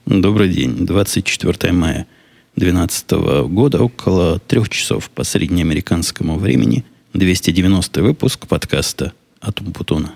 Добрый день. 24 мая 2012 года, около 3 часов по среднеамериканскому времени, 290 выпуск подкаста от Умпутуна.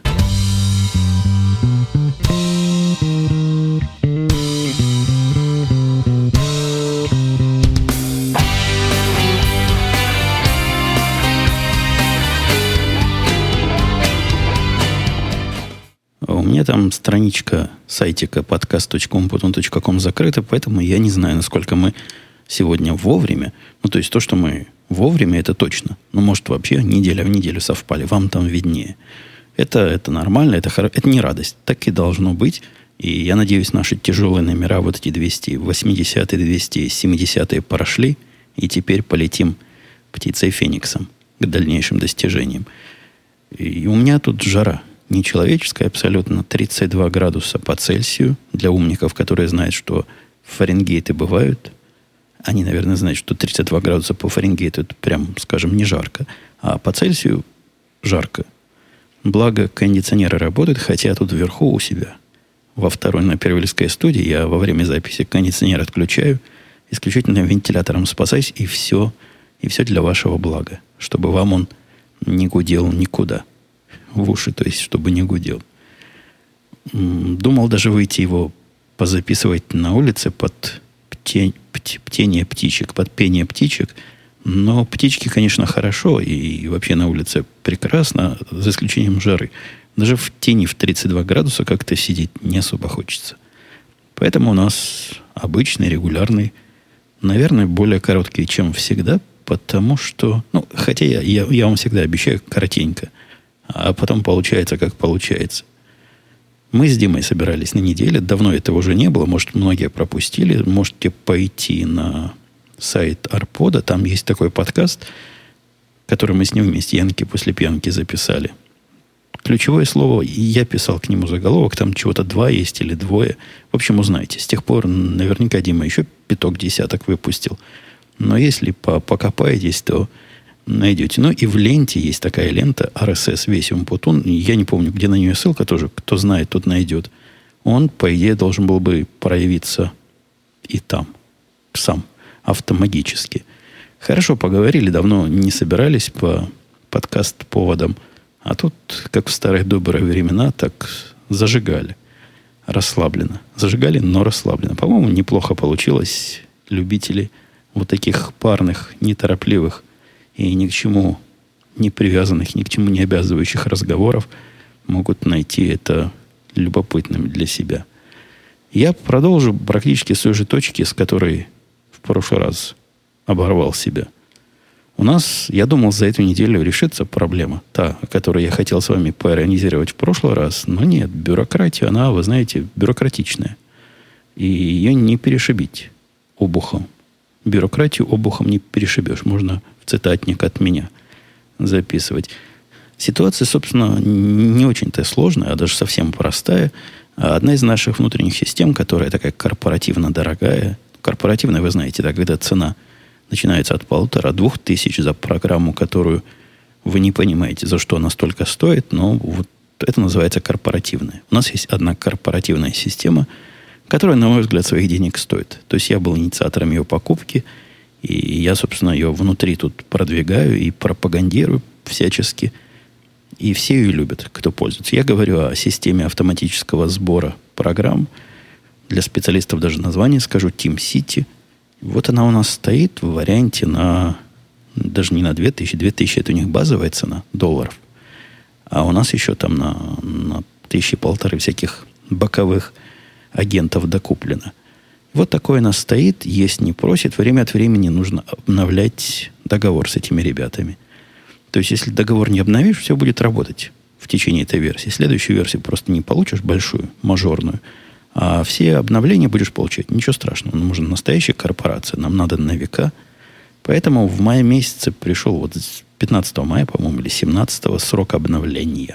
У меня там страничка сайтика podcast.umputun.com закрыта, поэтому я не знаю, насколько мы сегодня вовремя. То есть то, что мы вовремя, это точно. Может, вообще неделя в неделю совпали. Вам там виднее. Это нормально, это не радость. Так и должно быть. И я надеюсь, наши тяжелые номера, вот эти 280-е, 270-е прошли, и теперь полетим птицей Фениксом к дальнейшим достижениям. И у меня тут жара. Нечеловеческая абсолютно, 32 градуса по Цельсию. Для умников, которые знают, что Фаренгейты бывают, они, наверное, знают, что 32 градуса по Фаренгейту это прям, скажем, не жарко. А по Цельсию жарко. Благо, кондиционеры работают, хотя тут вверху у себя, во второй на Первильской студии, я во время записи кондиционер отключаю, исключительно вентилятором спасаюсь, и все для вашего блага, чтобы вам он не гудел никуда. В уши, то есть, чтобы не гудел. Думал даже выйти его позаписывать на улице под птение птичек, под пение птичек. Но птички, конечно, хорошо, и вообще на улице прекрасно, за исключением жары. Даже в тени в 32 градуса как-то сидеть не особо хочется. Поэтому у нас обычный, регулярный, наверное, более короткий, чем всегда, потому что, хотя я вам всегда обещаю коротенько, а потом получается, как получается. Мы с Димой собирались на неделе. Давно этого уже не было. Может, многие пропустили. Можете пойти на сайт Арпода. Там есть такой подкаст, который мы с ним вместе Янки после пьянки записали. Ключевое слово, я писал к нему заголовок. Там чего-то 2 есть или 2. В общем, узнаете. С тех пор наверняка Дима еще пяток десяток выпустил. Но если покопаетесь, то найдете. И в ленте есть такая лента RSS весь Умпутун. Я не помню, где на нее ссылка тоже. Кто знает, тот найдет. Он, по идее, должен был бы проявиться и там. Сам. Автомагически. Хорошо поговорили. Давно не собирались по подкаст-поводам. А тут, как в старые добрые времена, так зажигали. Расслабленно. Зажигали, но расслабленно. По-моему, неплохо получилось. Любители вот таких парных, неторопливых и ни к чему не привязанных, ни к чему не обязывающих разговоров могут найти это любопытным для себя. Я продолжу практически с той же точки, с которой в прошлый раз оборвал себя. У нас, я думал, за эту неделю решится проблема, та, о которой я хотел с вами поиронизировать в прошлый раз, но нет, бюрократия, она, вы знаете, бюрократичная. И ее не перешибить обухом. Бюрократию обухом не перешибешь. Можно в цитатник от меня записывать. Ситуация, собственно, не очень-то сложная, а даже совсем простая. Одна из наших внутренних систем, которая такая корпоративно дорогая. Корпоративная, вы знаете, да, когда цена начинается от 1500-2000 тысяч за программу, которую вы не понимаете, за что она столько стоит, но вот это называется корпоративная. У нас есть одна корпоративная система, которая, на мой взгляд, своих денег стоит. То есть я был инициатором ее покупки, и я, собственно, ее внутри тут продвигаю и пропагандирую всячески. И все ее любят, кто пользуется. Я говорю о системе автоматического сбора программ. Для специалистов даже название скажу. TeamCity. Вот она у нас стоит в варианте даже не на 2000. 2000 это у них базовая цена долларов. А у нас еще там на 1500 всяких боковых агентов докуплено. Вот такое у нас стоит, есть не просит. Время от времени нужно обновлять договор с этими ребятами. То есть, если договор не обновишь, все будет работать в течение этой версии. Следующую версию просто не получишь, большую, мажорную. А все обновления будешь получать. Ничего страшного. Мы же настоящая корпорация. Нам надо на века. Поэтому в мае месяце пришел вот 15 мая, по-моему, или 17 срок обновления.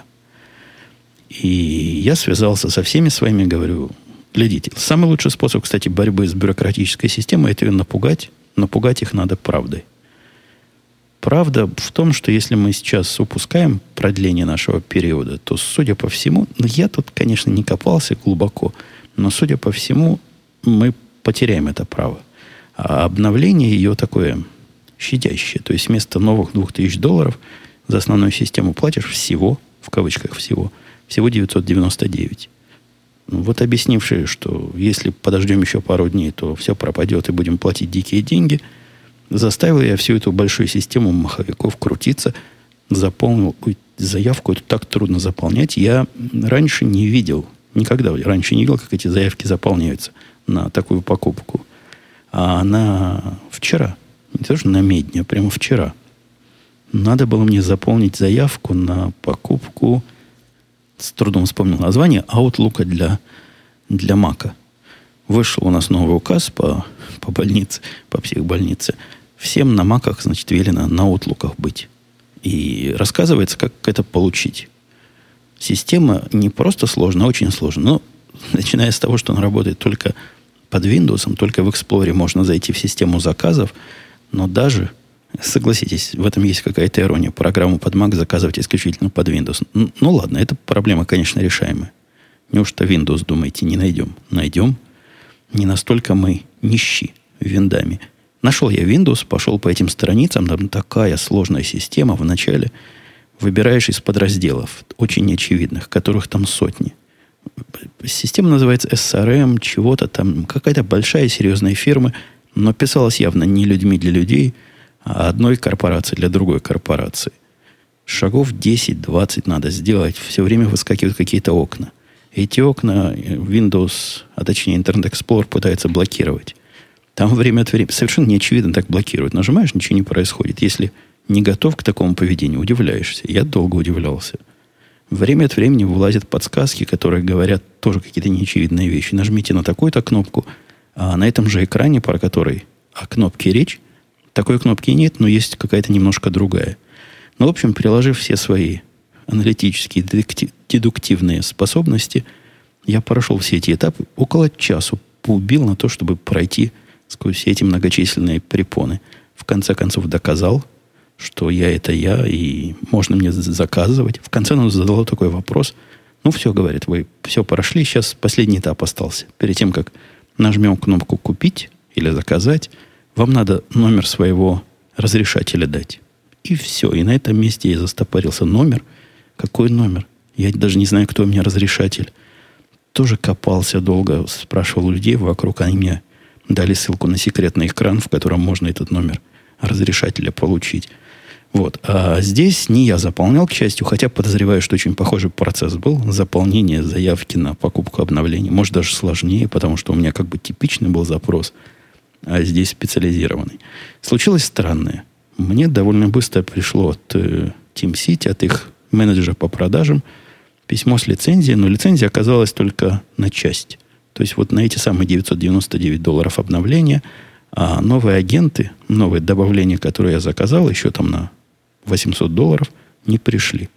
И я связался со всеми своими, говорю, глядите. Самый лучший способ, кстати, борьбы с бюрократической системой – это ее напугать. Напугать их надо правдой. Правда в том, что если мы сейчас упускаем продление нашего периода, то, судя по всему, я тут, конечно, не копался глубоко, но, судя по всему, мы потеряем это право. А обновление ее такое щадящее. То есть вместо новых $2000 за основную систему платишь всего, в кавычках всего 999. Вот объяснившие, что если подождем еще пару дней, то все пропадет и будем платить дикие деньги, заставил я всю эту большую систему маховиков крутиться, заполнил заявку, это так трудно заполнять. Я раньше не видел, никогда раньше не видел, как эти заявки заполняются на такую покупку. А на вчера, не то что на медне, а прямо вчера, надо было мне заполнить заявку на покупку, с трудом вспомнил название, Outlook для Mac. Вышел у нас новый указ по больнице, по психбольнице. Всем на Mac'ах, значит, велено на Outlook'ах быть. И рассказывается, как это получить. Система не просто сложная, а очень сложная. Но начиная с того, что она работает только под Windows, только в Explorer можно зайти в систему заказов, но даже, согласитесь, в этом есть какая-то ирония. Программу под Mac заказывать исключительно под Windows. Ну ладно, эта проблема, конечно, решаемая. Неужто Windows, думаете, не найдем? Найдем. Не настолько мы нищи виндами. Нашел я Windows, пошел по этим страницам. Там такая сложная система. Вначале выбираешь из подразделов, очень неочевидных, которых там сотни. Система называется SRM, чего-то там. Какая-то большая серьезная фирма, но писалась явно не людьми для людей, а одной корпорации для другой корпорации. Шагов 10-20 надо сделать. Все время выскакивают какие-то окна. Эти окна Windows, а точнее Internet Explorer пытается блокировать. Там время от времени совершенно неочевидно так блокируют. Нажимаешь, ничего не происходит. Если не готов к такому поведению, удивляешься. Я долго удивлялся. Время от времени вылазят подсказки, которые говорят тоже какие-то неочевидные вещи. Нажмите на такую-то кнопку, а на этом же экране, про который о кнопке речь, такой кнопки нет, но есть какая-то немножко другая. Ну, в общем, приложив все свои аналитические, дедуктивные способности, я прошел все эти этапы. Около часу поубил на то, чтобы пройти сквозь все эти многочисленные препоны. В конце концов доказал, что я это я, и можно мне заказывать. В конце он задал такой вопрос. Ну, все, говорит, вы все прошли, сейчас последний этап остался. Перед тем, как нажмем кнопку «Купить» или «Заказать», вам надо номер своего разрешателя дать. И все. И на этом месте я застопорился. Номер? Какой номер? Я даже не знаю, кто у меня разрешатель. Тоже копался долго, спрашивал у людей вокруг. Они мне дали ссылку на секретный экран, в котором можно этот номер разрешателя получить. Вот. А здесь не я заполнял, к счастью, хотя подозреваю, что очень похожий процесс был. Заполнение заявки на покупку обновлений. Может, даже сложнее, потому что у меня как бы типичный был запрос, а здесь специализированный. Случилось странное. Мне довольно быстро пришло от TeamCity, от их менеджера по продажам, письмо с лицензией, но лицензия оказалась только на часть. То есть вот на эти самые $999 обновления, а новые агенты, новые добавления, которые я заказал, еще там на $800, не пришли.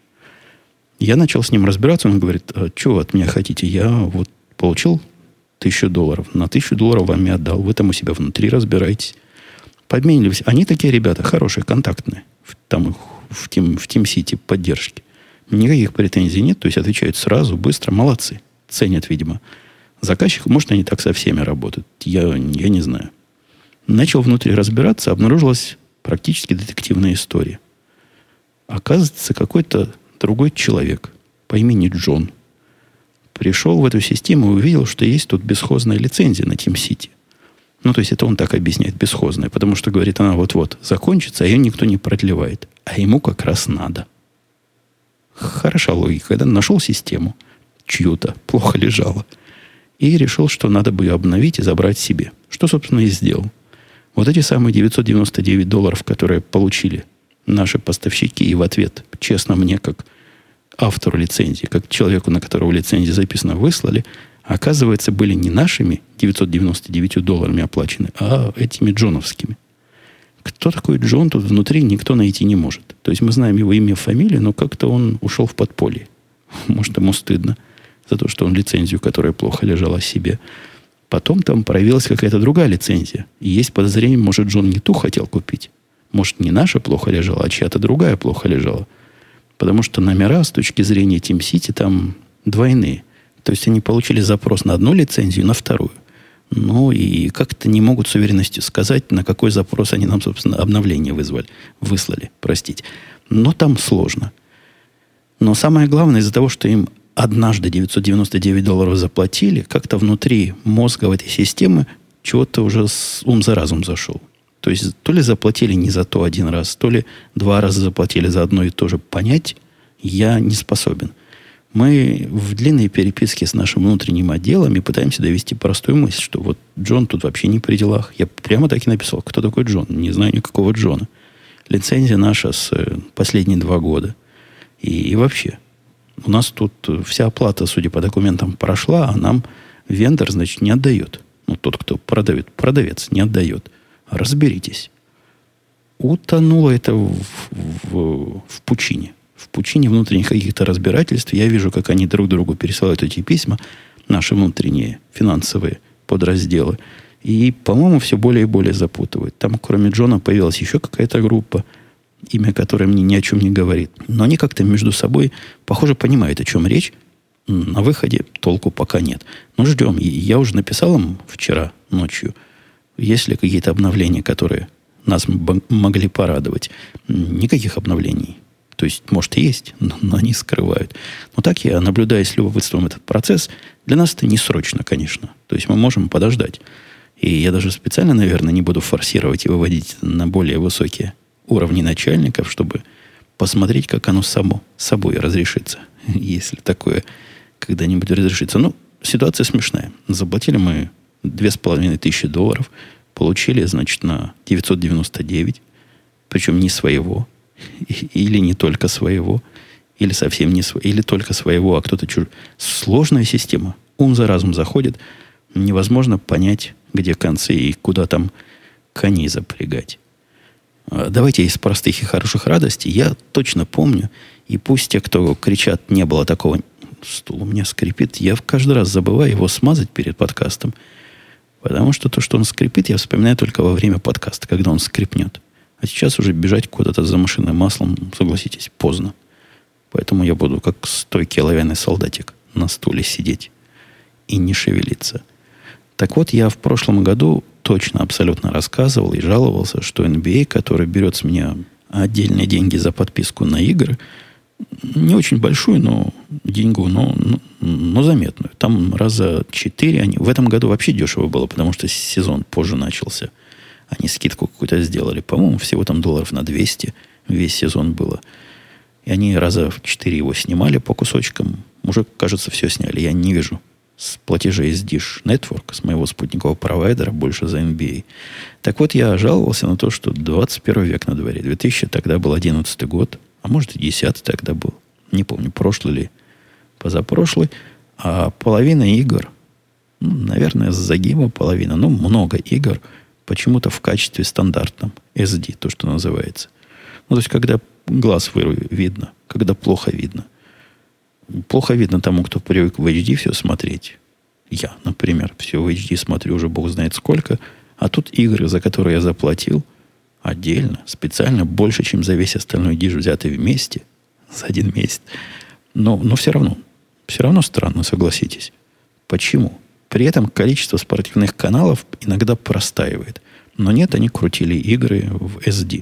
Я начал с ним разбираться, он говорит, а что вы от меня хотите? Я вот получил $1000, на $1000 вам я отдал, вы там у себя внутри разбирайтесь. Подменились. Они такие ребята, хорошие, контактные. Там в TeamCity поддержки. Никаких претензий нет, то есть отвечают сразу, быстро, молодцы. Ценят, видимо. Заказчик, может, они так со всеми работают. Я не знаю. Начал внутри разбираться, обнаружилась практически детективная история. Оказывается, какой-то другой человек по имени Джон пришел в эту систему и увидел, что есть тут бесхозная лицензия на TeamCity. Ну, то есть это он так объясняет, бесхозная, потому что, говорит, она вот-вот закончится, а ее никто не продлевает. А ему как раз надо. Хороша логика. Когда нашел систему, чью-то плохо лежала, и решил, что надо бы ее обновить и забрать себе. Что, собственно, и сделал. Вот эти самые $999, которые получили наши поставщики, и в ответ, честно, мне, как автору лицензии, как человеку, на которого лицензия записана, выслали, оказывается, были не нашими $999 оплачены, а этими джоновскими. Кто такой Джон, тут внутри никто найти не может. То есть мы знаем его имя, фамилию, но как-то он ушел в подполье. Может, ему стыдно за то, что он лицензию, которая плохо лежала себе. Потом там проявилась какая-то другая лицензия. И есть подозрение, может, Джон не ту хотел купить. Может, не наша плохо лежала, а чья-то другая плохо лежала. Потому что номера с точки зрения TeamCity там двойные. То есть они получили запрос на одну лицензию, на вторую. Ну, и как-то не могут с уверенностью сказать, на какой запрос они нам, собственно, обновление выслали, простите. Но там сложно. Но самое главное, из-за того, что им однажды $999 заплатили, как-то внутри мозга в этой системы чего-то уже ум за разум зашел. То есть, то ли заплатили не за то один раз, то ли 2 раза заплатили за одно и то же, понять я не способен. Мы в длинной переписке с нашим внутренним отделом и пытаемся довести простую мысль, что вот Джон тут вообще не при делах. Я прямо так и написал, кто такой Джон. Не знаю никакого Джона. Лицензия наша с последние 2 года. И вообще, у нас тут вся оплата, судя по документам, прошла, а нам вендор, значит, не отдает. Ну, тот, кто продавец не отдает. Разберитесь. Утонуло это в пучине. В пучине внутренних каких-то разбирательств. Я вижу, как они друг другу пересылают эти письма, наши внутренние финансовые подразделы. И, по-моему, все более и более запутывают. Там, кроме Джона, появилась еще какая-то группа, имя которой мне ни о чем не говорит. Но они как-то между собой, похоже, понимают, о чем речь. На выходе толку пока нет. Но ждем. И я уже написал им вчера ночью, есть ли какие-то обновления, которые нас могли порадовать. Никаких обновлений. То есть, может, и есть, но они скрывают. Но так я наблюдаю с любопытством этот процесс. Для нас это не срочно, конечно. То есть, мы можем подождать. И я даже специально, наверное, не буду форсировать и выводить на более высокие уровни начальников, чтобы посмотреть, как оно само собой разрешится. Если такое когда-нибудь разрешится. Ну, ситуация смешная. Заплатили мы $2500. Получили, значит, на 999. Причем не своего. Или не только своего. Или совсем не своего. Или только своего, а кто-то чужой. Сложная система. Ум за разум заходит. Невозможно понять, где концы и куда там коней запрягать. Давайте из простых и хороших радостей. Я точно помню, и пусть те, кто кричат, не было такого, стул у меня скрипит, я каждый раз забываю его смазать перед подкастом. Потому что то, что он скрипит, я вспоминаю только во время подкаста, когда он скрипнет. А сейчас уже бежать куда-то за машинным маслом, согласитесь, поздно. Поэтому я буду как стойкий оловянный солдатик на стуле сидеть и не шевелиться. Так вот, я в прошлом году точно, абсолютно рассказывал и жаловался, что NBA, который берет с меня отдельные деньги за подписку на игры, не очень большую, но деньгу, но заметную. Там раза 4 они... В этом году вообще дешево было, потому что сезон позже начался. Они скидку какую-то сделали. По-моему, всего там $200 весь сезон было. И они раза в 4 его снимали по кусочкам. Уже, кажется, все сняли. Я не вижу с платежей из Dish Network, с моего спутникового провайдера, больше за NBA. Так вот, я жаловался на то, что 21 век на дворе. 2000 тогда был 11 год, а может и 10 тогда был. Не помню, прошлый ли, позапрошлый. А половина игр, наверное, с загиба половина, много игр почему-то в качестве стандартном SD, то, что называется. То есть, когда глаз видно, когда плохо видно. Плохо видно тому, кто привык в HD все смотреть. Я, например, все в HD смотрю уже бог знает сколько. А тут игры, за которые я заплатил отдельно, специально, больше, чем за весь остальной диш, взятый вместе, за 1 месяц. Но все равно странно, согласитесь. Почему? При этом количество спортивных каналов иногда простаивает. Но нет, они крутили игры в SD.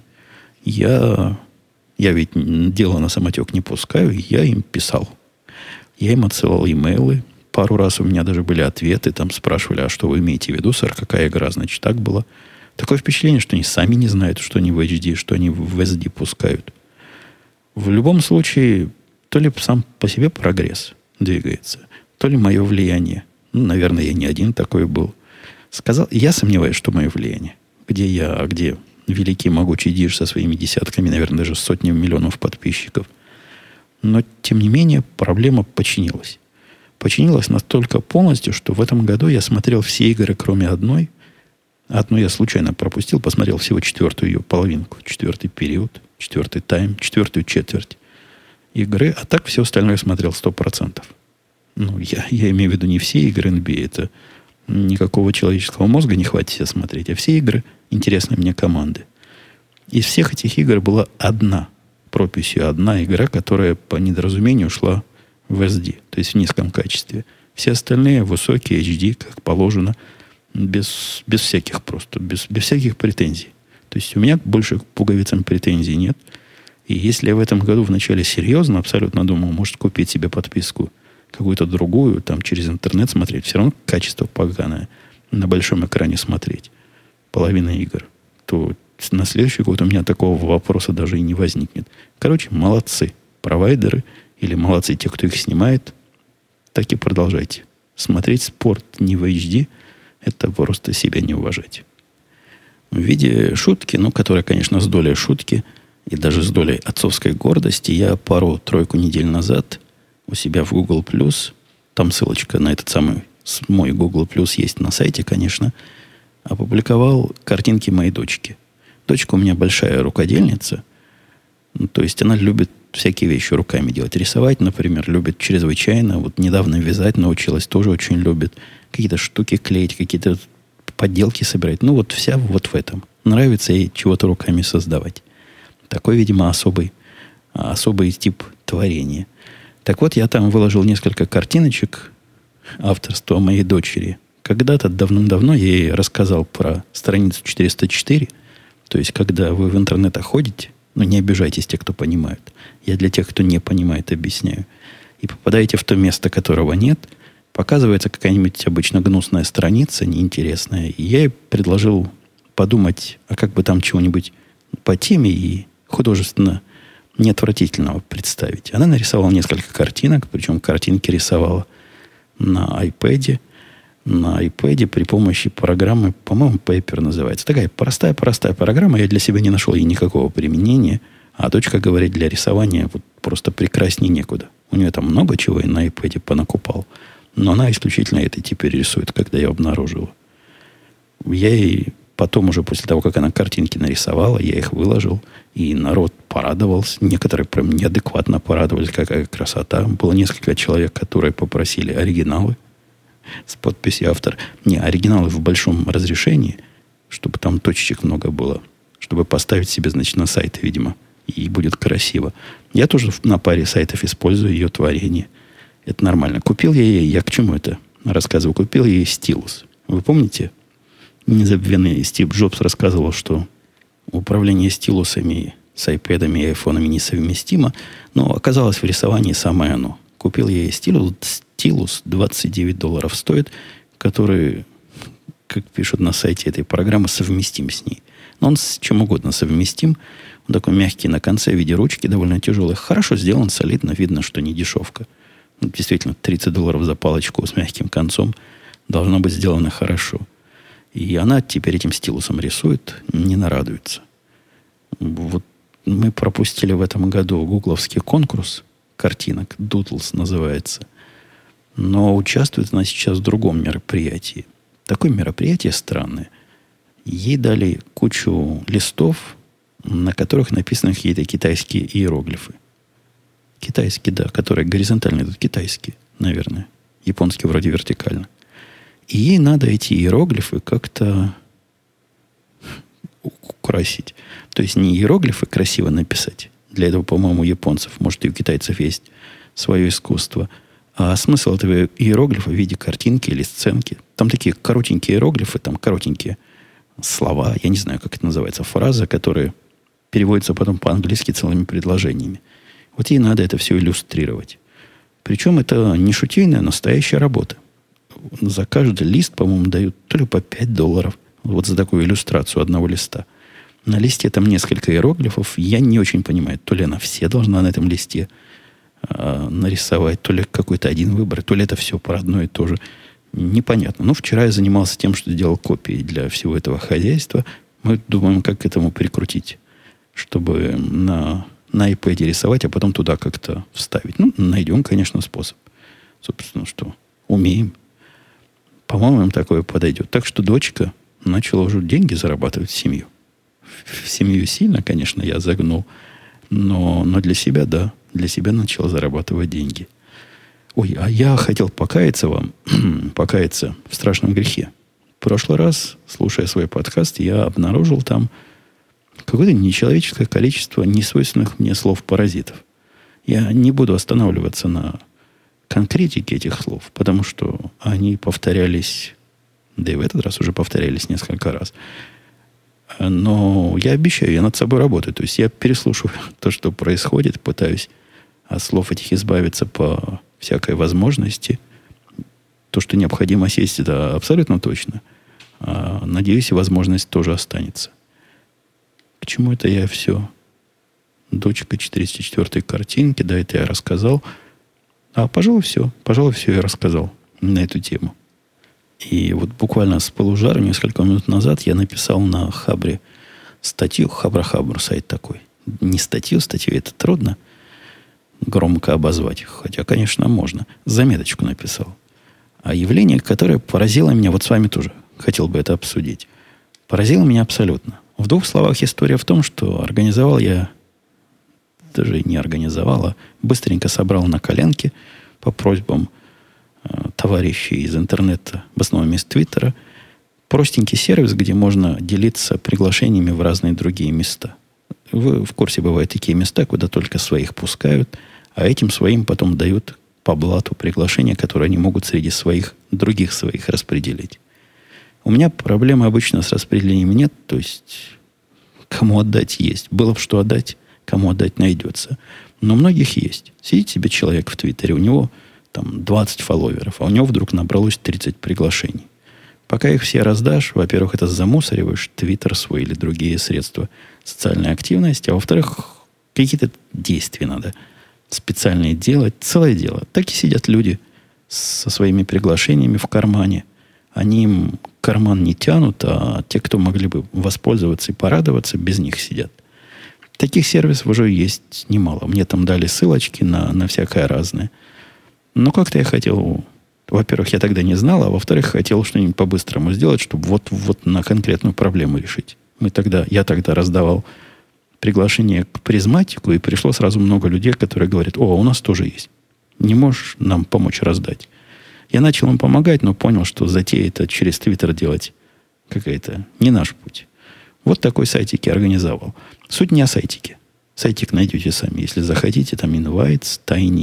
Я ведь дело на самотек не пускаю, я им писал. Я им отсылал имейлы. Пару раз у меня даже были ответы. Там спрашивали, а что вы имеете в виду, сэр? Какая игра? Значит, так было. Такое впечатление, что они сами не знают, что они в HD, что они в SD пускают. В любом случае, то ли сам по себе прогресс двигается, то ли мое влияние. Наверное, я не один такой был. Я сомневаюсь, что мое влияние. Где великий могучий Диш со своими десятками, наверное, даже сотнями миллионов подписчиков. Но, тем не менее, проблема починилась. Починилась настолько полностью, что в этом году я смотрел все игры, кроме одной. Одну я случайно пропустил, посмотрел всего 4-ю ее половинку, 4-й период, 4-й тайм, 4-ю четверть игры. А так все остальное смотрел 100%. Я имею в виду не все игры NBA. Это никакого человеческого мозга не хватит себе смотреть. А все игры интересные мне команды. Из всех этих игр была прописью одна игра, которая по недоразумению шла в SD, то есть в низком качестве. Все остальные высокие HD, как положено, без всяких просто, без всяких претензий. То есть у меня больше к пуговицам претензий нет. И если я в этом году вначале серьезно абсолютно думал, может купить себе подписку какую-то другую, там через интернет смотреть, все равно качество поганое, на большом экране смотреть, половина игр, то на следующий год у меня такого вопроса даже и не возникнет. Короче, молодцы провайдеры или молодцы те, кто их снимает, так и продолжайте. Смотреть спорт не в HD, это просто себя не уважать. В виде шутки, которая, конечно, с долей шутки и даже с долей отцовской гордости, я пару-тройку недель назад у себя в Google+, там ссылочка на этот самый мой Google+, есть на сайте, конечно, опубликовал картинки моей дочки. Дочка у меня большая рукодельница, то есть она любит всякие вещи руками делать. Рисовать, например, любит чрезвычайно. Вот недавно вязать научилась, тоже очень любит. Какие-то штуки клеить, какие-то подделки собирать. Вот вся вот в этом. Нравится ей чего-то руками создавать. Такой, видимо, особый тип творения. Так вот, я там выложил несколько картиночек авторства моей дочери. Когда-то давным-давно я ей рассказал про страницу 404. То есть, когда вы в интернетах ходите, не обижайтесь те, кто понимают. Я для тех, кто не понимает, объясняю. И попадаете в то место, которого нет, показывается какая-нибудь обычно гнусная страница, неинтересная. И я ей предложил подумать, а как бы там чего-нибудь по теме и художественно неотвратительного представить. Она нарисовала несколько картинок, причем картинки рисовала на iPad. На iPad при помощи программы, по-моему, Paper называется. Такая простая программа. Я для себя не нашел ей никакого применения. А дочка говорит, для рисования вот просто прекрасней некуда. У нее там много чего я на iPad понакупал. Но она исключительно это теперь рисует, когда я обнаружила. Я ей потом уже после того, как она картинки нарисовала, я их выложил. И народ порадовался. Некоторые прям неадекватно порадовались. Какая красота. Было несколько человек, которые попросили оригиналы с подписью автор. Не, оригиналы в большом разрешении, чтобы там точечек много было. Чтобы поставить себе, значит, на сайт, видимо. И будет красиво. Я тоже на паре сайтов использую ее творение. Это нормально. Купил я ей, я к чему это рассказываю? Купил ей стилус. Вы помните? Незабвенный Стив Джобс рассказывал, что управление стилусами с iPad'ами и айфонами несовместимо, но оказалось в рисовании самое оно. Купил я ей стилус $29 стоит, который, как пишут на сайте этой программы, совместим с ней. Но он с чем угодно совместим. Он такой мягкий на конце, в виде ручки, довольно тяжелый. Хорошо сделан, солидно, видно, что не дешевка. Действительно, $30 за палочку с мягким концом должно быть сделано хорошо. И она теперь этим стилусом рисует, не нарадуется. Вот мы пропустили в этом году гугловский конкурс картинок, Doodles называется. Но участвует она сейчас в другом мероприятии. Такое мероприятие странное. Ей дали кучу листов, на которых написаны какие-то китайские иероглифы. Китайские, да, которые горизонтально идут, китайские, наверное. Японские вроде вертикально. И ей надо эти иероглифы как-то украсить. То есть не иероглифы красиво написать. Для этого, по-моему, у японцев, может, и у китайцев есть свое искусство. А смысл этого иероглифа в виде картинки или сценки. Там такие коротенькие иероглифы, там коротенькие слова, я не знаю, как это называется, фразы, которые переводятся потом по-английски целыми предложениями. Вот ей надо это все иллюстрировать. Причем это не шутейная, а настоящая работа. За каждый лист, по-моему, дают то ли по $5. Вот за такую иллюстрацию одного листа. На листе там несколько иероглифов. Я не очень понимаю, то ли она все должна на этом листе нарисовать, то ли какой-то один выбор, то ли это все про одно и то же. Непонятно. Но вчера я занимался тем, что делал копии для всего этого хозяйства. Мы думаем, как к этому прикрутить, чтобы на iPad рисовать, а потом туда как-то вставить. Найдем, конечно, способ. Собственно, что умеем. По-моему, им такое подойдет. Так что дочка начала уже деньги зарабатывать в семью. В семью сильно, конечно, я загнул. Но для себя, да. Для себя начала зарабатывать деньги. Ой, а я хотел покаяться вам, покаяться в страшном грехе. В прошлый раз, слушая свой подкаст, я обнаружил там какое-то нечеловеческое количество несвойственных мне слов-паразитов. Я не буду останавливаться на конкретике этих слов, потому что они повторялись Да и в этот раз уже повторялись несколько раз. Но я обещаю, я над собой работаю. То есть я переслушиваю то, что происходит, пытаюсь от слов этих избавиться по всякой возможности. То, что необходимо сесть, это абсолютно точно. Надеюсь, и возможность тоже останется. К чему это я все? Дочка 404 картинки, да, это я рассказал. Пожалуй, все. Пожалуй, все я рассказал на эту тему. И вот буквально с полужара несколько минут назад я написал на Хабре статью. Хабр, сайт такой. Не статью это трудно громко обозвать. Хотя, конечно, можно. Заметочку написал. Явление, которое поразило меня, вот с вами тоже хотел бы это обсудить. Поразило меня абсолютно. В двух словах история в том, что организовал я, даже не организовал, а быстренько собрал на коленке по просьбам товарищей из интернета, в основном из Твиттера, простенький сервис, где можно делиться приглашениями в разные другие места. Вы в курсе, бывают такие места, куда только своих пускают, а этим своим потом дают по блату приглашения, которые они могут среди других своих распределить. У меня проблемы обычно с распределением нет, то есть кому отдать есть. Было бы что отдать, кому отдать найдется. Но у многих есть. Сидит себе человек в Твиттере, у него там 20 фолловеров, а у него вдруг набралось 30 приглашений. Пока их все раздашь, во-первых, это замусориваешь Твиттер свой или другие средства социальной активности, а во-вторых, какие-то действия надо специальные делать, целое дело. Так и сидят люди со своими приглашениями в кармане. Они им карман не тянут, а те, кто могли бы воспользоваться и порадоваться, без них сидят. Таких сервисов уже есть немало. Мне там дали ссылочки на всякое разное. Но как-то я хотел... Во-первых, я тогда не знал, а во-вторых, хотел что-нибудь по-быстрому сделать, чтобы вот на конкретную проблему решить. Я тогда раздавал приглашение к призматику, и пришло сразу много людей, которые говорят: у нас тоже есть. Не можешь нам помочь раздать? Я начал им помогать, но понял, что затея это через Твиттер делать какая-то не наш путь. Вот такой сайтик я организовал. Суть не о сайтике. Сайтик найдете сами. Если захотите, там invites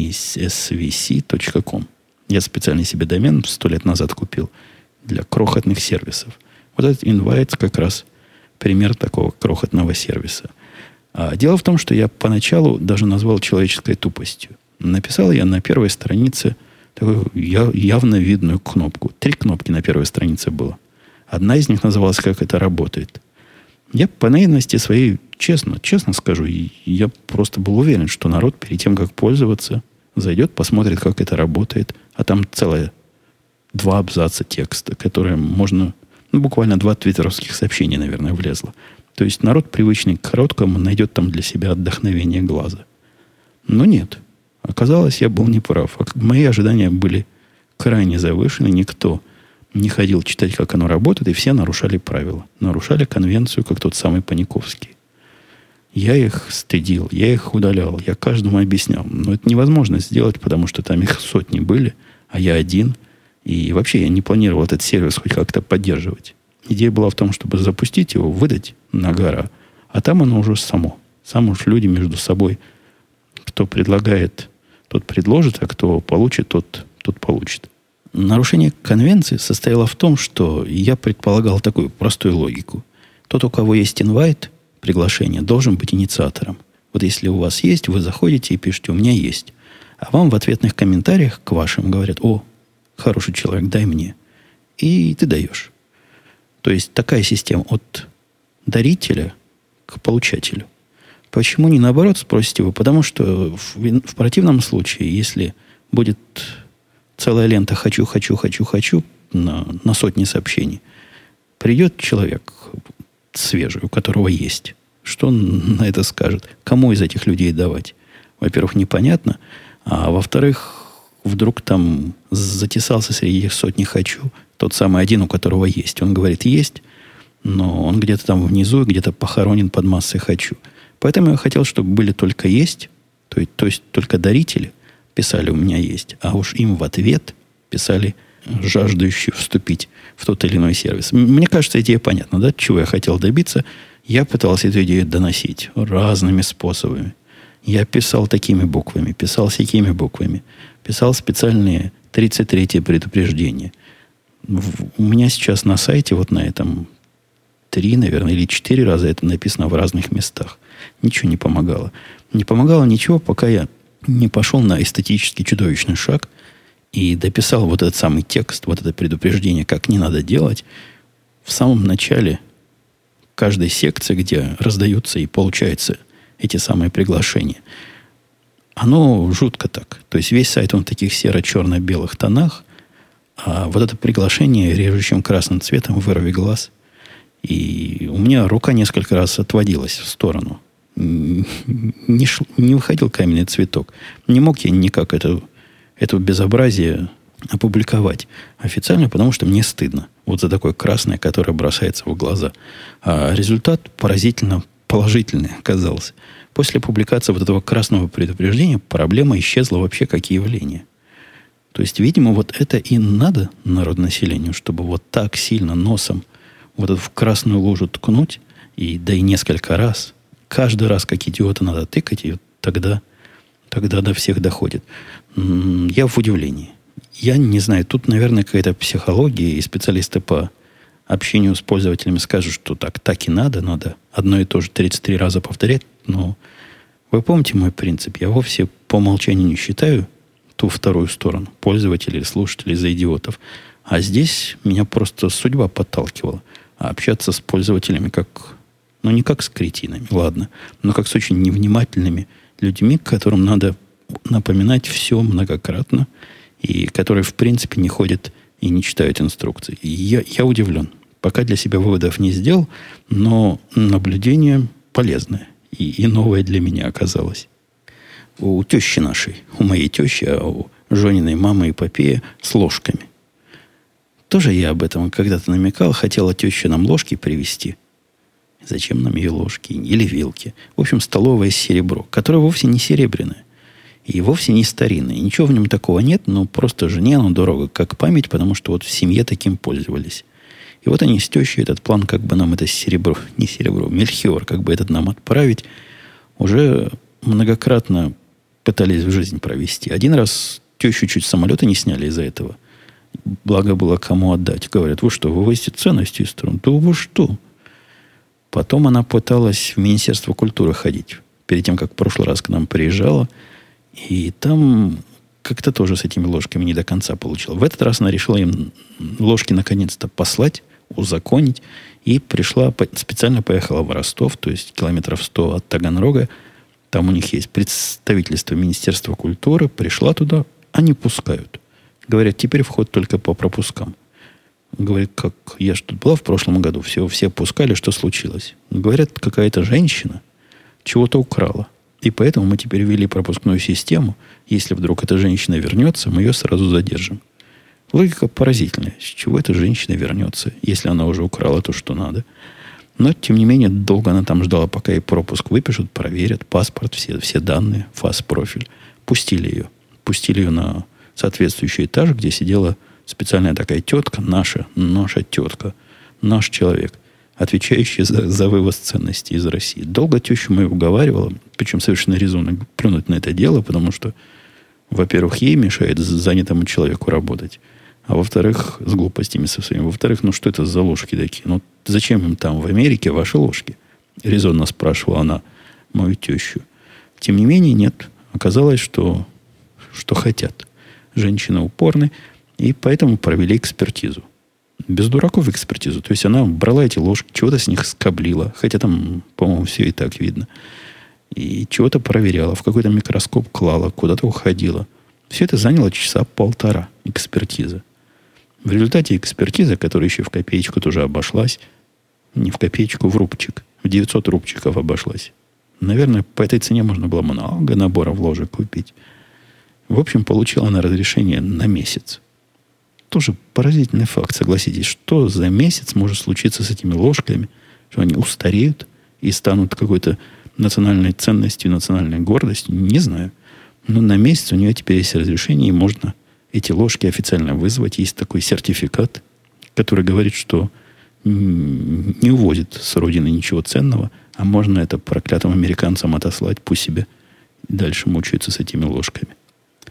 tinysvc.com. Я специально себе домен 100 лет назад купил для крохотных сервисов. Вот этот invites как раз пример такого крохотного сервиса. Дело в том, что я поначалу даже назвал человеческой тупостью. Написал я на первой странице такую явно видную кнопку. 3 кнопки на первой странице было. Одна из них называлась «Как это работает». Я по наивности своей, честно скажу, я просто был уверен, что народ перед тем, как пользоваться, зайдет, посмотрит, как это работает. А там целое 2 абзаца текста, которые можно... буквально 2 твиттеровских сообщения, наверное, влезло. То есть народ, привычный к короткому, найдет там для себя отдохновение глаза. Но нет. Оказалось, я был неправ. Мои ожидания были крайне завышены. Никто не ходил читать, как оно работает, и все нарушали правила. Нарушали конвенцию, как тот самый Паниковский. Я их стыдил, я их удалял, я каждому объяснял. Но это невозможно сделать, потому что там их сотни были, а я один. И вообще я не планировал этот сервис хоть как-то поддерживать. Идея была в том, чтобы запустить его, выдать на гора, а там оно уже само. Сам уж люди между собой, кто предлагает, тот предложит, а кто получит, тот получит. Нарушение конвенции состояло в том, что я предполагал такую простую логику. Тот, у кого есть инвайт, приглашение, должен быть инициатором. Вот если у вас есть, вы заходите и пишете: у меня есть. А вам в ответных комментариях к вашим говорят: хороший человек, дай мне. И ты даешь. То есть такая система от дарителя к получателю. Почему не наоборот, спросите вы? Потому что в противном случае, если будет целая лента «хочу» на сотни сообщений, придет человек свежий, у которого есть. Что он на это скажет? Кому из этих людей давать? Во-первых, непонятно. А во-вторых, вдруг там затесался среди этих сотни «хочу» тот самый один, у которого есть. Он говорит «есть», но он где-то там внизу, где-то похоронен под массой «хочу». Поэтому я хотел, чтобы были только «есть», то есть только дарители писали «у меня есть», а уж им в ответ писали жаждущие вступить в тот или иной сервис. Мне кажется, идея понятна, да? Чего я хотел добиться? Я пытался эту идею доносить разными способами. Я писал такими буквами, писал всякими буквами, писал специальные 33-е предупреждения. У меня сейчас на сайте, вот на этом 3, наверное, или 4 раза это написано в разных местах. Ничего не помогало. Не помогало ничего, пока я не пошел на эстетически чудовищный шаг и дописал вот этот самый текст, вот это предупреждение, как не надо делать, в самом начале каждой секции, где раздаются и получаются эти самые приглашения. Оно жутко так. То есть весь сайт, он в таких серо-черно-белых тонах, а вот это приглашение режущим красным цветом «Вырви глаз». И у меня рука несколько раз отводилась в сторону. Не выходил каменный цветок. Не мог я никак это безобразие опубликовать официально, потому что мне стыдно. Вот за такое красное, которое бросается в глаза. А результат поразительно положительный оказался. После публикации вот этого красного предупреждения проблема исчезла вообще как явление. То есть, видимо, вот это и надо народонаселению, чтобы вот так сильно носом вот эту в красную лужу ткнуть, и да и несколько раз. Каждый раз, как идиота, надо тыкать, и тогда до всех доходит. Я в удивлении. Я не знаю, тут, наверное, какая-то психология, и специалисты по общению с пользователями скажут, что так и надо одно и то же 33 раза повторять, но вы помните мой принцип? Я вовсе по умолчанию не считаю ту вторую сторону, пользователей или слушателей, за идиотов. А здесь меня просто судьба подталкивала. А общаться с пользователями как, не как с кретинами, ладно, но как с очень невнимательными людьми, которым надо напоминать все многократно, и которые, в принципе, не ходят и не читают инструкции. И я удивлен. Пока для себя выводов не сделал, но наблюдение полезное и новое для меня оказалось. У тещи нашей, у моей тещи, а у Жониной мамы эпопея с ложками. Тоже я об этом когда-то намекал. Хотела теща нам ложки привезти. Зачем нам ее ложки или вилки? В общем, столовое серебро, которое вовсе не серебряное. И вовсе не старинное. Ничего в нем такого нет, но просто жене оно дорого, как память, потому что вот в семье таким пользовались. И вот они с тещей этот план, как бы нам это мельхиор, как бы этот нам отправить, уже многократно пытались в жизнь провести. Один раз тещу чуть самолета не сняли из-за этого. Благо было кому отдать. Говорят, вы что, вывозите ценности из страны? Да вы что? Потом она пыталась в Министерство культуры ходить. Перед тем, как в прошлый раз к нам приезжала. И там как-то тоже с этими ложками не до конца получила. В этот раз она решила им ложки наконец-то послать, узаконить. И специально поехала в Ростов, то есть километров 100 от Таганрога. Там у них есть представительство Министерства культуры. Пришла туда, они пускают. Говорят, теперь вход только по пропускам. Говорит, как я же тут была в прошлом году, все пускали, что случилось. Говорят, какая-то женщина чего-то украла. И поэтому мы теперь ввели пропускную систему. Если вдруг эта женщина вернется, мы ее сразу задержим. Логика поразительная. С чего эта женщина вернется, если она уже украла то, что надо? Но, тем не менее, долго она там ждала, пока ей пропуск выпишут, проверят, паспорт, все данные, фас-профиль. Пустили ее на соответствующий этаж, где сидела специальная такая тетка, наша тетка, наш человек, отвечающий за вывоз ценностей из России. Долго тещу мою уговаривала, причем совершенно резонно плюнуть на это дело, потому что, во-первых, ей мешает занятому человеку работать, а во-вторых, с глупостями со своими. Во-вторых, что это за ложки такие? Зачем им там в Америке ваши ложки? Резонно спрашивала она мою тещу. Тем не менее, нет. Оказалось, что хотят. Женщины упорны, и поэтому провели экспертизу. Без дураков экспертизу. То есть она брала эти ложки, чего-то с них скоблила, хотя там, по-моему, все и так видно. И чего-то проверяла, в какой-то микроскоп клала, куда-то уходила. Все это заняло часа полтора экспертизы. В результате экспертизы, которая еще в копеечку тоже обошлась, не в копеечку, в рубчик, в 900 рубчиков обошлась. Наверное, по этой цене можно было много наборов ложек купить. В общем, получила она разрешение на месяц. Тоже поразительный факт, согласитесь. Что за месяц может случиться с этими ложками? Что они устареют и станут какой-то национальной ценностью, национальной гордостью? Не знаю. Но на месяц у нее теперь есть разрешение, и можно эти ложки официально вызвать. Есть такой сертификат, который говорит, что не увозит с родины ничего ценного, а можно это проклятым американцам отослать, пусть себе дальше мучаются с этими ложками.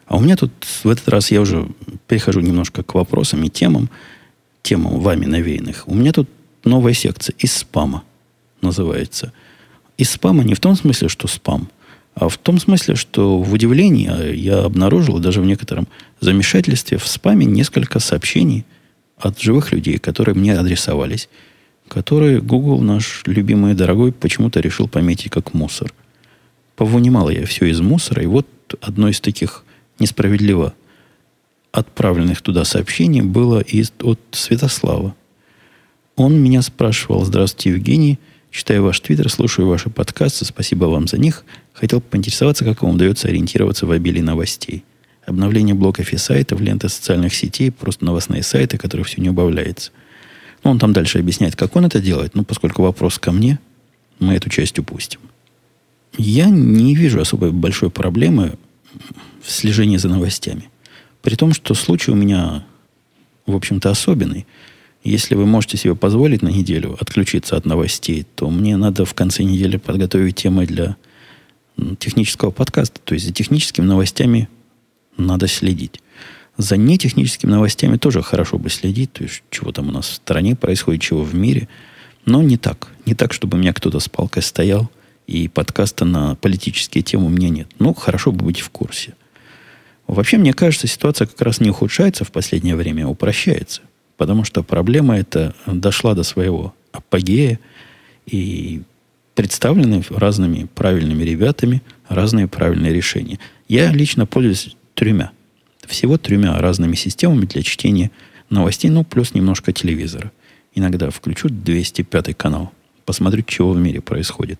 А у меня тут в этот раз я уже перехожу немножко к вопросам и темам вами навеянных. У меня тут новая секция из спама называется. Из спама не в том смысле, что спам, а в том смысле, что в удивлении я обнаружил, даже в некотором замешательстве, в спаме несколько сообщений от живых людей, которые мне адресовались, которые Google, наш любимый и дорогой, почему-то решил пометить как мусор. Повынимал я все из мусора, и вот одно из таких несправедливо отправленных туда сообщений было от Святослава. Он меня спрашивал: «Здравствуйте, Евгений. Читаю ваш твиттер, слушаю ваши подкасты. Спасибо вам за них. Хотел поинтересоваться, как вам удается ориентироваться в обилии новостей. Обновление блогов и сайтов, ленты социальных сетей, просто новостные сайты, которые все не убавляется». Ну, он там дальше объясняет, как он это делает. Но поскольку вопрос ко мне, мы эту часть упустим. Я не вижу особой большой проблемы в слежении за новостями. При том, что случай у меня, в общем-то, особенный. Если вы можете себе позволить на неделю отключиться от новостей, то мне надо в конце недели подготовить темы для технического подкаста. То есть за техническими новостями надо следить. За нетехническими новостями тоже хорошо бы следить. То есть чего там у нас в стране происходит, чего в мире. Но не так. Не так, чтобы у меня кто-то с палкой стоял, и подкаста на политические темы у меня нет. Ну, хорошо бы быть в курсе. Вообще, мне кажется, ситуация как раз не ухудшается в последнее время, а упрощается. Потому что проблема эта дошла до своего апогея, и представлены разными правильными ребятами разные правильные решения. Я лично пользуюсь всего тремя разными системами для чтения новостей, ну, плюс немножко телевизора. Иногда включу 205 канал, посмотрю, чего в мире происходит.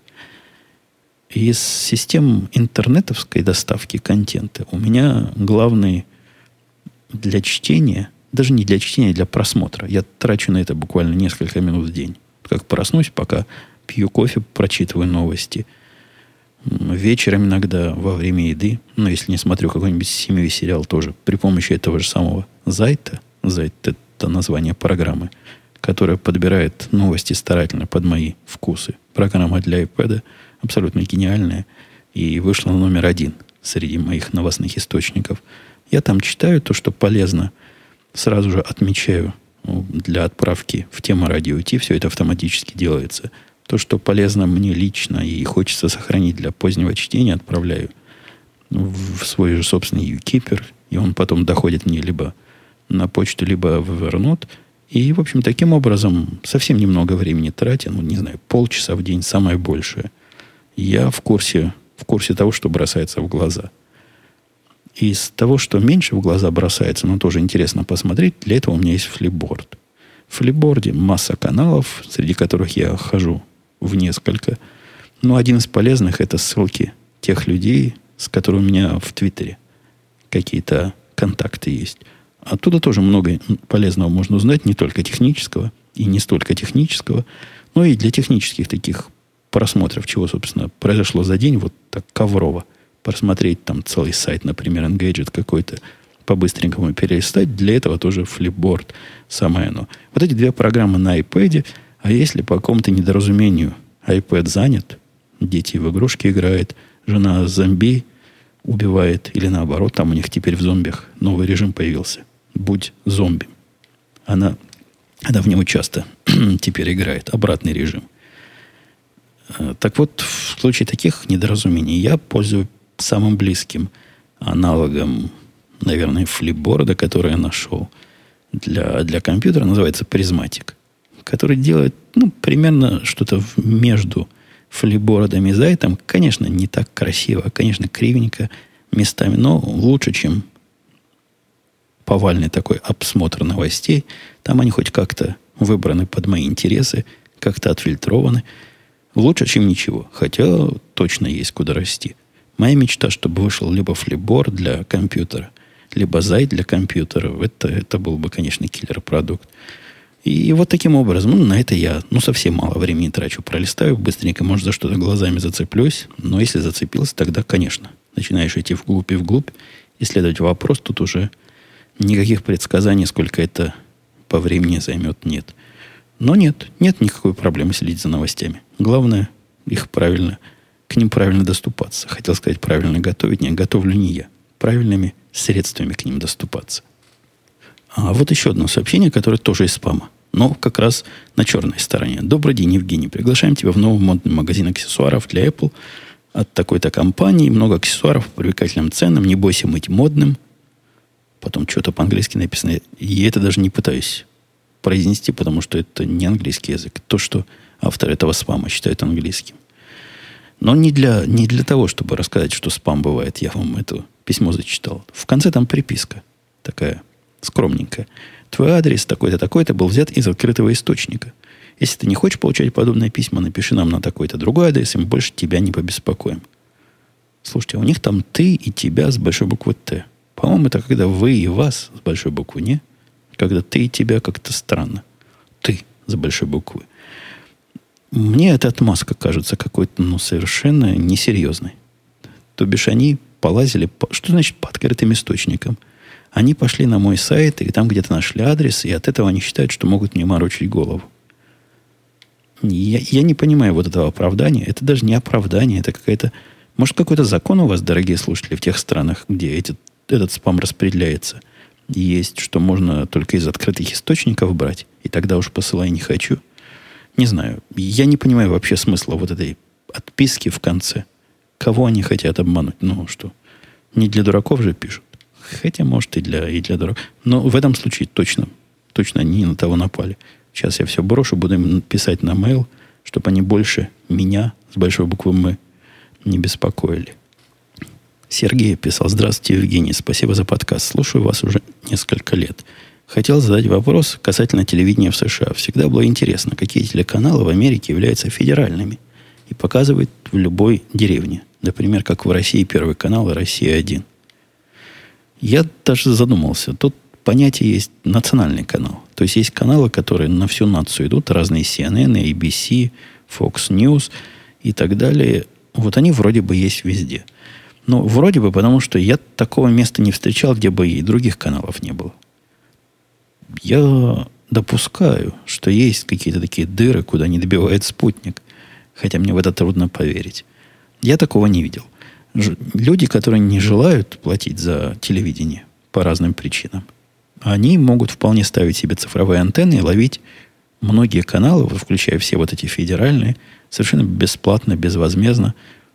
Из систем интернетовской доставки контента у меня главный для чтения, даже не для чтения, а для просмотра. Я трачу на это буквально несколько минут в день. Как проснусь, пока пью кофе, прочитываю новости. Вечером иногда во время еды, но если не смотрю какой-нибудь семейный сериал, тоже при помощи этого же самого Зайта, Зайт — это название программы, которая подбирает новости старательно под мои вкусы. Программа для iPad абсолютно гениальная и вышла на номер 1 среди моих новостных источников. Я там читаю то, что полезно, сразу же отмечаю для отправки в тему радио Ти, все это автоматически делается. То, что полезно мне лично и хочется сохранить для позднего чтения, отправляю в свой же собственный YouKeeper, и он потом доходит мне либо на почту, либо в Evernote. И, в общем, таким образом, совсем немного времени тратя, не знаю, полчаса в день, самое большее, я в курсе того, что бросается в глаза. Из того, что меньше в глаза бросается, но тоже интересно посмотреть, для этого у меня есть Flipboard. В Flipboard масса каналов, среди которых я хожу в несколько. Но один из полезных — это ссылки тех людей, с которыми у меня в Твиттере какие-то контакты есть. Оттуда тоже много полезного можно узнать, не только технического и не столько технического, но и для технических таких просмотров, чего, собственно, произошло за день, вот так коврово. Просмотреть там целый сайт, например, Engadget какой-то, по-быстренькому перелистать. Для этого тоже Flipboard самое оно. Вот эти две программы на iPad, а если по какому-то недоразумению iPad занят, дети в игрушки играют, жена зомби убивает, или наоборот, там у них теперь в зомбиях новый режим появился. Будь зомби. Она в него часто теперь играет. Обратный режим. Так вот, в случае таких недоразумений я пользуюсь самым близким аналогом, наверное, флипборда, который я нашел для компьютера, называется Prismatic, который делает примерно что-то между флипбордом и зайтом. Конечно, не так красиво, конечно, кривенько местами, но лучше, чем повальный такой обсмотр новостей. Там они хоть как-то выбраны под мои интересы, как-то отфильтрованы. Лучше, чем ничего. Хотя точно есть куда расти. Моя мечта, чтобы вышел либо флипборд для компьютера, либо зайт для компьютера. Это был бы, конечно, киллер-продукт. И вот таким образом, на это я совсем мало времени трачу. Пролистаю быстренько, может, за что-то глазами зацеплюсь. Но если зацепился, тогда, конечно, начинаешь идти вглубь и вглубь, исследовать вопрос. Тут уже никаких предсказаний, сколько это по времени займет, нет. Но нет никакой проблемы следить за новостями. Главное, к ним правильно доступаться. Хотел сказать, правильно готовить. Нет, готовлю не я. правильными средствами к ним доступаться. А вот еще одно сообщение, которое тоже из спама. Но как раз на черной стороне. Добрый день, Евгений. Приглашаем тебя в новый модный магазин аксессуаров для Apple от такой-то компании. Много аксессуаров по привлекательным ценам. Не бойся быть модным. Потом что-то по-английски написано. И я это даже не пытаюсь произнести, потому что это не английский язык. То, что автор этого спама считает английским. Но не для того, чтобы рассказать, что спам бывает. Я вам это письмо зачитал. В конце там приписка такая скромненькая. Твой адрес такой-то, такой-то был взят из открытого источника. Если ты не хочешь получать подобные письма, напиши нам на такой-то другой адрес, и мы больше тебя не побеспокоим. Слушайте, у них там ты и тебя с большой буквы Т. По-моему, это когда вы и вас с большой буквы, не? Когда ты и тебя как-то странно. Ты с большой буквы. Мне эта отмазка кажется какой-то, совершенно несерьезной. То бишь они полазили... Что значит по открытым источникам? Они пошли на мой сайт, и там где-то нашли адрес, и от этого они считают, что могут мне морочить голову. Я не понимаю вот этого оправдания. Это даже не оправдание, это какая-то... Может, какой-то закон у вас, дорогие слушатели, в тех странах, где этот спам распределяется, есть, что можно только из открытых источников брать, и тогда уж посылай не хочу. Не знаю. Я не понимаю вообще смысла вот этой отписки в конце. Кого они хотят обмануть? Что? Не для дураков же пишут. Хотя, может, и для дураков. Но в этом случае точно они на того напали. Сейчас я все брошу, буду им писать на mail, чтобы они больше меня с большой буквы «М» не беспокоили. Сергей писал: здравствуйте, Евгений, спасибо за подкаст. Слушаю вас уже несколько лет. Хотел задать вопрос касательно телевидения в США. Всегда было интересно, какие телеканалы в Америке являются федеральными и показывают в любой деревне. Например, как в России Первый канал и Россия-1. Я даже задумался. Тут понятие есть национальный канал. То есть есть каналы, которые на всю нацию идут. Разные CNN, ABC, Fox News и так далее. Вот они вроде бы есть везде. Но вроде бы, потому что я такого места не встречал, где бы и других каналов не было. Я допускаю, что есть какие-то такие дыры, куда не добивает спутник. Хотя мне в это трудно поверить. Я такого не видел. Люди, которые не желают платить за телевидение по разным причинам, они могут вполне ставить себе цифровые антенны и ловить многие каналы, включая все вот эти федеральные, совершенно бесплатно, безвозмездно.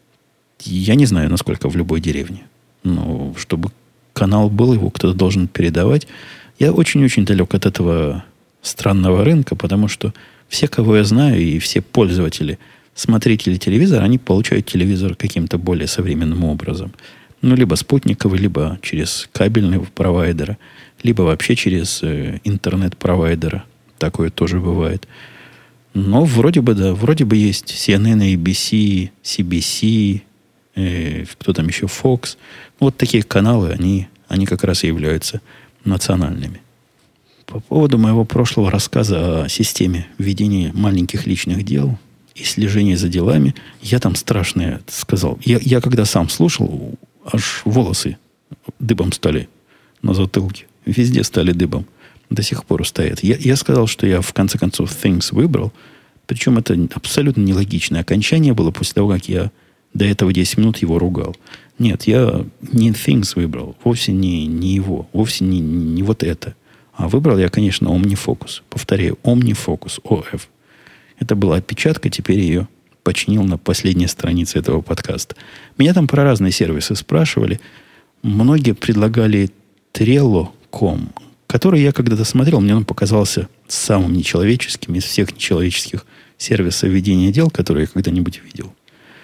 Я не знаю, насколько в любой деревне. Но чтобы канал был, его кто-то должен передавать. Я очень-очень далек от этого странного рынка, потому что все, кого я знаю, и все пользователи, смотрители телевизора, они получают телевизор каким-то более современным образом. Либо спутниковый, либо через кабельного провайдера, либо вообще через интернет-провайдера. Такое тоже бывает. Но вроде бы есть CNN, ABC, CBC, кто там еще, Fox. Вот такие каналы, они как раз и являются национальными. По поводу моего прошлого рассказа о системе ведения маленьких личных дел и слежения за делами, я там страшное сказал. Я когда сам слушал, аж волосы дыбом стали на затылке. Везде стали дыбом. До сих пор стоят. Я сказал, что я в конце концов things выбрал. Причем это абсолютно нелогичное окончание было после того, как я до этого 10 минут его ругал. Нет, я не things выбрал. Вовсе не его. Вовсе не вот это. А выбрал я, конечно, OmniFocus. Повторяю, OmniFocus, OF. Это была опечатка, теперь ее починил на последней странице этого подкаста. Меня там про разные сервисы спрашивали. Многие предлагали Trello.com, который я когда-то смотрел, мне он показался самым нечеловеческим из всех нечеловеческих сервисов ведения дел, которые я когда-нибудь видел.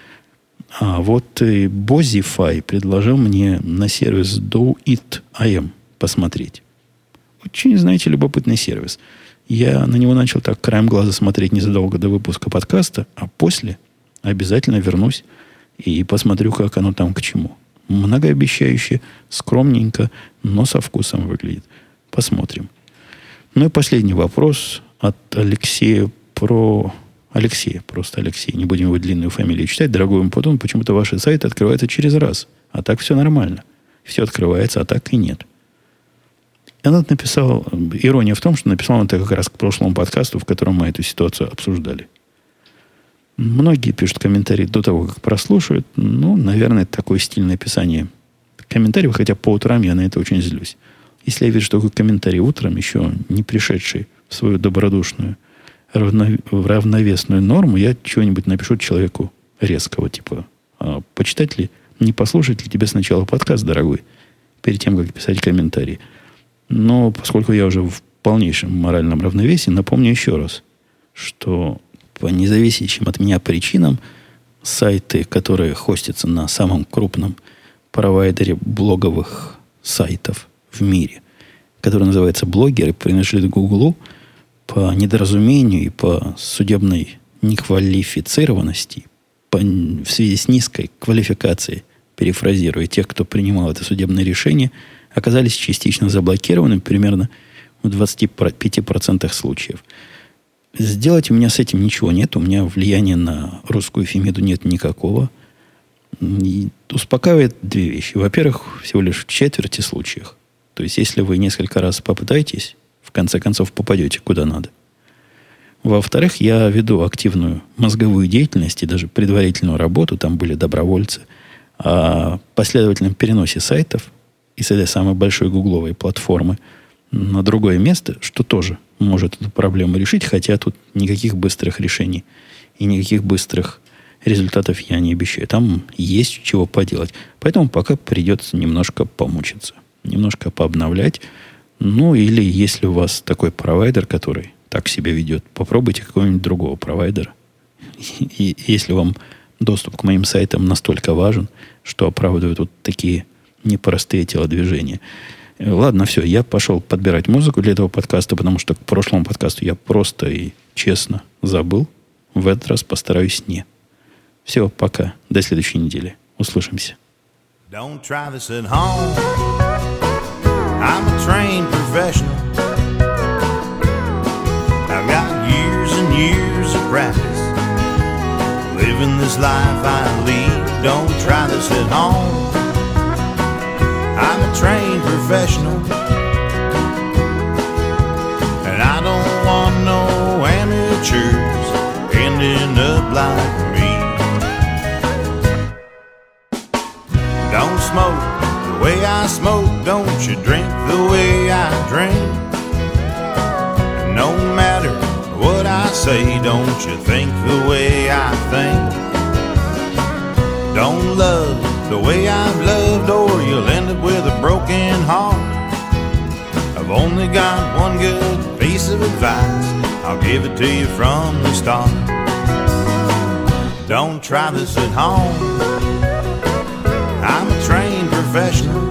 А вот Bozify предложил мне на сервис Do-It-IM посмотреть. Очень, знаете, любопытный сервис. Я на него начал так краем глаза смотреть незадолго до выпуска подкаста, а после обязательно вернусь и посмотрю, как оно там к чему. Многообещающе, скромненько, но со вкусом выглядит. Посмотрим. Ну и последний вопрос от Алексея Алексей, просто Алексей. Не будем его длинную фамилию читать. Дорогой Умпутун, почему-то ваши сайты открываются через раз. А так все нормально. Все открывается, а так и нет. Она написал, ирония в том, что написал он это как раз к прошлому подкасту, в котором мы эту ситуацию обсуждали. Многие пишут комментарии до того, как прослушают. Наверное, такой стиль написания комментариев, хотя по утрам я на это очень злюсь. Если я вижу, что такой комментарий утром, еще не пришедший в свою добродушную, равновесную норму, я чего-нибудь напишу человеку резкого, типа, почитать ли, не послушать ли тебе сначала подкаст, дорогой, перед тем, как писать комментарий. Но поскольку я уже в полнейшем моральном равновесии, напомню еще раз, что по независящим от меня причинам сайты, которые хостятся на самом крупном провайдере блоговых сайтов в мире, который называется Блогер и принадлежит Гуглу, по недоразумению и по судебной неквалифицированности, в связи с низкой квалификацией, перефразируя тех, кто принимал это судебное решение, оказались частично заблокированы примерно в 25% случаев. Сделать у меня с этим ничего нет. У меня влияния на русскую Фемиду нет никакого. И успокаивает две вещи. Во-первых, всего лишь в четверти случаев. То есть, если вы несколько раз попытаетесь, в конце концов попадете куда надо. Во-вторых, я веду активную мозговую деятельность и даже предварительную работу. Там были добровольцы. О последовательном переносе сайтов из этой самой большой гугловой платформы на другое место, что тоже может эту проблему решить, хотя тут никаких быстрых решений и никаких быстрых результатов я не обещаю. Там есть чего поделать. Поэтому пока придется немножко помучиться, немножко пообновлять. Ну, или если у вас такой провайдер, который так себя ведет, попробуйте какого-нибудь другого провайдера. И если вам доступ к моим сайтам настолько важен, что оправдывают вот такие непростые телодвижения. Ладно, все, я пошел подбирать музыку для этого подкаста, потому что к прошлому подкасту я просто и честно забыл. В этот раз постараюсь не. Все, пока. До следующей недели. Услышимся. Don't try this at home. I'm a trained professional. I've got years and years of practice. Living this life I lead. Don't try this at home. I'm a trained professional, and I don't want no amateurs ending up like me. Don't smoke the way I smoke, don't you drink the way I drink. And no matter what I say, don't you think the way I think. Don't love the way I've loved, or you'll end up with a broken heart. I've only got one good piece of advice, I'll give it to you from the start. Don't try this at home. I'm a trained professional.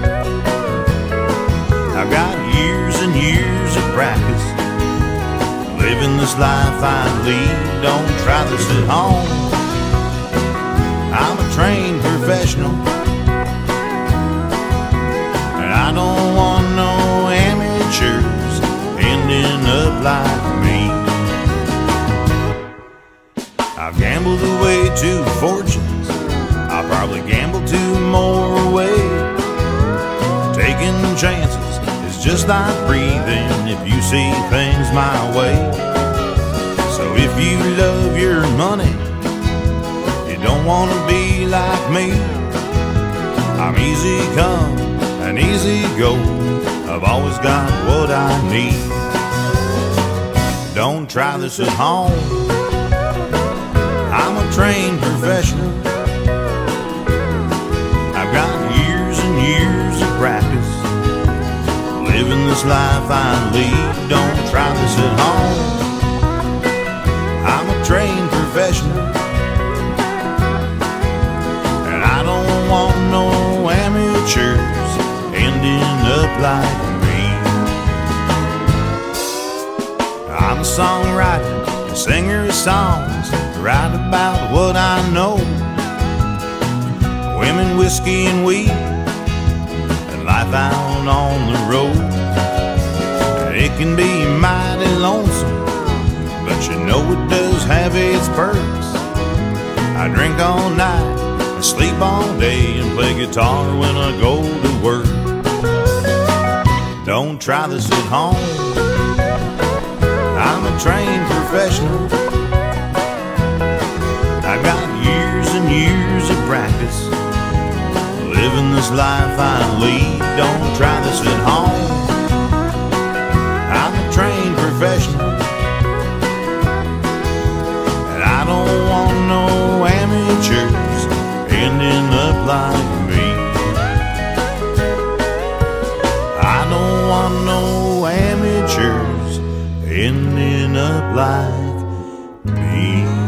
I've got years and years of practice. Living this life I lead. Don't try this at home. I'm a trained professional, and I don't want no amateurs ending up like me. I've gambled away 2 fortunes, I'll probably gamble 2 more away. Taking chances is just like breathing if you see things my way. So if you love your money, don't want to be like me. I'm easy come and easy go. I've always got what I need. Don't try this at home. I'm a trained professional. I've got years and years of practice. Living this life I lead. Don't try this at home. I'm a trained professional. Want no amateurs ending up like me. I'm a songwriter, a singer of songs, write about what I know. Women, whiskey, and weed, and life out on the road. It can be mighty lonesome, but you know it does have its perks. I drink all night, I sleep all day, and play guitar when I go to work. Don't try this at home. I'm a trained professional. I've got years and years of practice. Living this life I lead. Don't try this at home. I'm a trained professional, and I don't want no amateurs ending up like me. I don't want no amateurs ending up like me.